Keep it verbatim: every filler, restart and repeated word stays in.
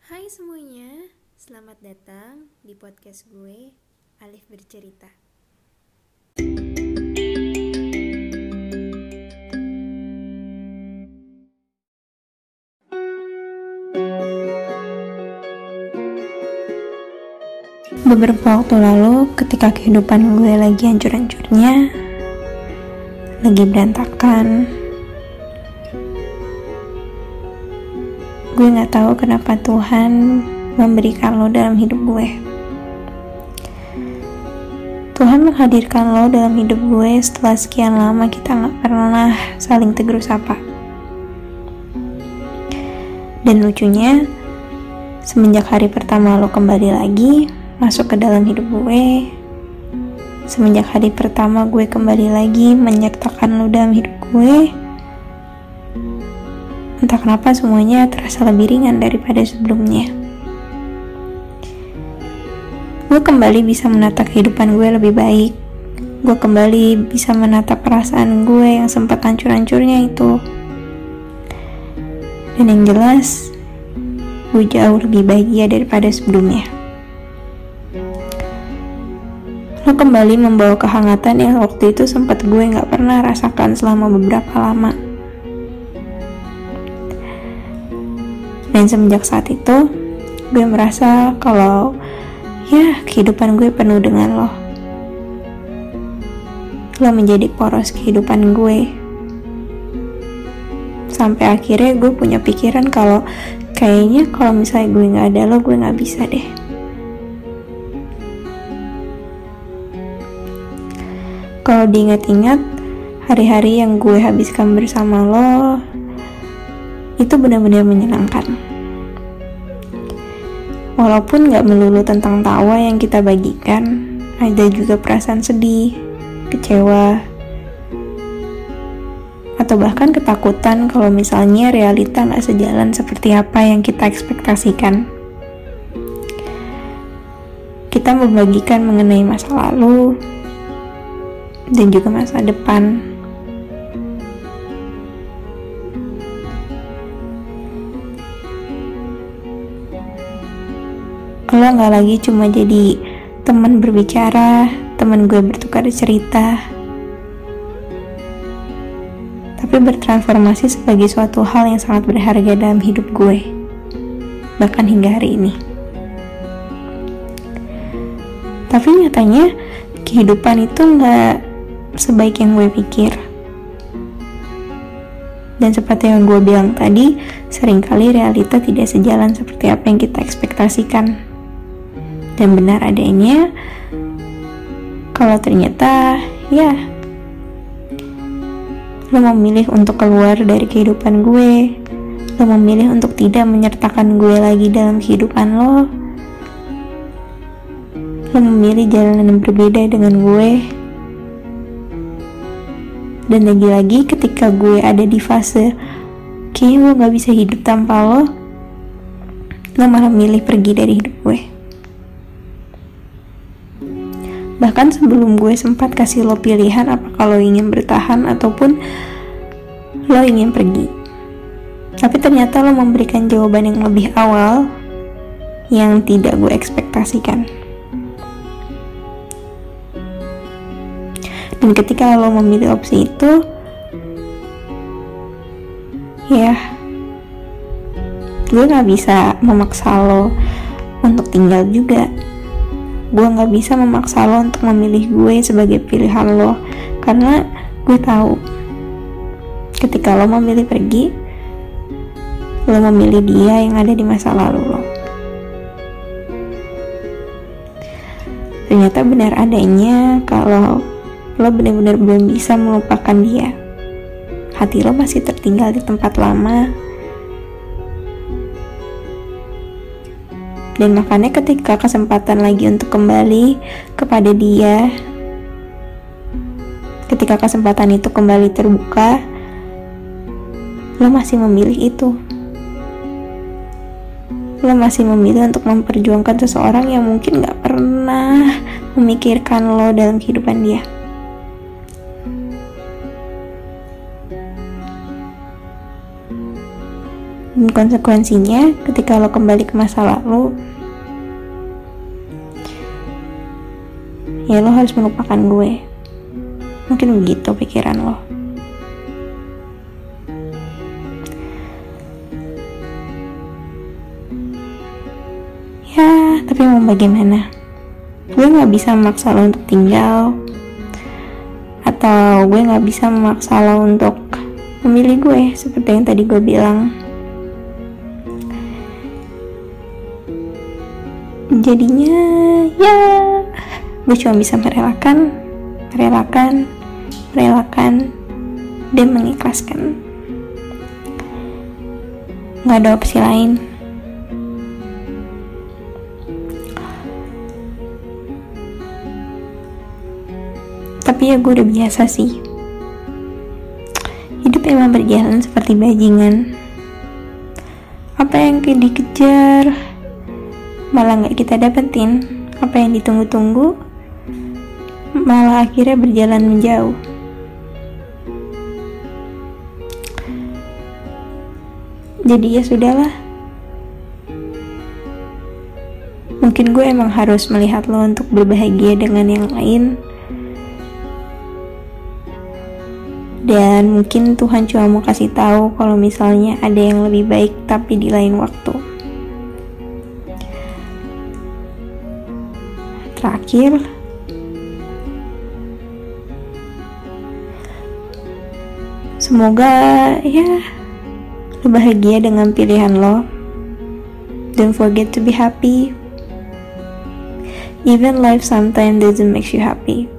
Hai semuanya, selamat datang di podcast gue, Alif Bercerita. Beberapa waktu lalu, ketika kehidupan gue lagi hancur-hancurnya, lagi berantakan, gue gak tahu kenapa Tuhan memberikan lo dalam hidup gue. Tuhan menghadirkan lo dalam hidup gue setelah sekian lama kita gak pernah saling tegur sapa. Dan lucunya, semenjak hari pertama lo kembali lagi masuk ke dalam hidup gue, semenjak hari pertama gue kembali lagi menyertakan lo dalam hidup gue, entah kenapa semuanya terasa lebih ringan daripada sebelumnya. Gue kembali bisa menata kehidupan gue lebih baik. Gue kembali bisa menata perasaan gue yang sempat hancur-hancurnya itu. Dan yang jelas, gue jauh lebih bahagia daripada sebelumnya. Lo kembali membawa kehangatan yang waktu itu sempat gue gak pernah rasakan selama beberapa lama. Dan semenjak saat itu, gue merasa kalau ya kehidupan gue penuh dengan lo. Lo menjadi poros kehidupan gue. Sampai akhirnya gue punya pikiran kalau kayaknya kalau misalnya gue gak ada lo, gue gak bisa deh. Kalau diingat-ingat, hari-hari yang gue habiskan bersama lo itu benar-benar menyenangkan. Walaupun gak melulu tentang tawa yang kita bagikan, ada juga perasaan sedih, kecewa, atau bahkan ketakutan kalau misalnya realita gak sejalan seperti apa yang kita ekspektasikan. Kita membagikan mengenai masa lalu dan juga masa depan. Lo gak lagi cuma jadi teman berbicara, teman gue bertukar cerita, tapi bertransformasi sebagai suatu hal yang sangat berharga dalam hidup gue, bahkan hingga hari ini. Tapi nyatanya kehidupan itu gak sebaik yang gue pikir. Dan seperti yang gue bilang tadi, seringkali realita tidak sejalan seperti apa yang kita ekspektasikan. Dan benar adanya, kalau ternyata ya lo memilih untuk keluar dari kehidupan gue, lo memilih untuk tidak menyertakan gue lagi dalam kehidupan lo, lo memilih jalan yang berbeda dengan gue. Dan lagi-lagi ketika gue ada di fase kayaknya gue gak bisa hidup tanpa lo, lo malah milih pergi dari hidup gue. Bahkan sebelum gue sempat kasih lo pilihan apakah lo ingin bertahan ataupun lo ingin pergi, tapi ternyata lo memberikan jawaban yang lebih awal yang tidak gue ekspektasikan. Dan ketika lo memilih opsi itu, ya gue gak bisa memaksa lo untuk tinggal juga. Gue gak bisa memaksa lo untuk memilih gue sebagai pilihan lo, karena gue tahu ketika lo memilih pergi, lo memilih dia yang ada di masa lalu lo. Ternyata benar adanya kalau lo benar-benar belum bisa melupakan dia. Hati lo masih tertinggal di tempat lama. Dan makanya ketika kesempatan lagi untuk kembali kepada dia, ketika kesempatan itu kembali terbuka, lo masih memilih itu. Lo masih memilih untuk memperjuangkan seseorang yang mungkin gak pernah memikirkan lo dalam kehidupan dia. Dan konsekuensinya ketika lo kembali ke masa lalu, ya lo harus melupakan gue. Mungkin begitu pikiran lo. Ya, tapi mau bagaimana? Gue gak bisa memaksa lo untuk tinggal, atau gue gak bisa memaksa lo untuk memilih gue seperti yang tadi gue bilang. Jadinya ya gue cuma bisa merelakan, merelakan, merelakan, dan mengikhlaskan. Gak ada opsi lain. Tapi ya gue udah biasa sih. Hidup emang berjalan seperti bajingan. Apa yang dikejar malah gak kita dapetin. Apa yang ditunggu-tunggu malah akhirnya berjalan menjauh. Jadi ya sudahlah. Mungkin gue emang harus melihat lo untuk berbahagia dengan yang lain. Dan mungkin Tuhan cuma mau kasih tahu kalau misalnya ada yang lebih baik tapi di lain waktu. Terakhir, semoga ya lo bahagia dengan pilihan lo. Don't forget to be happy. Even life sometimes doesn't make you happy.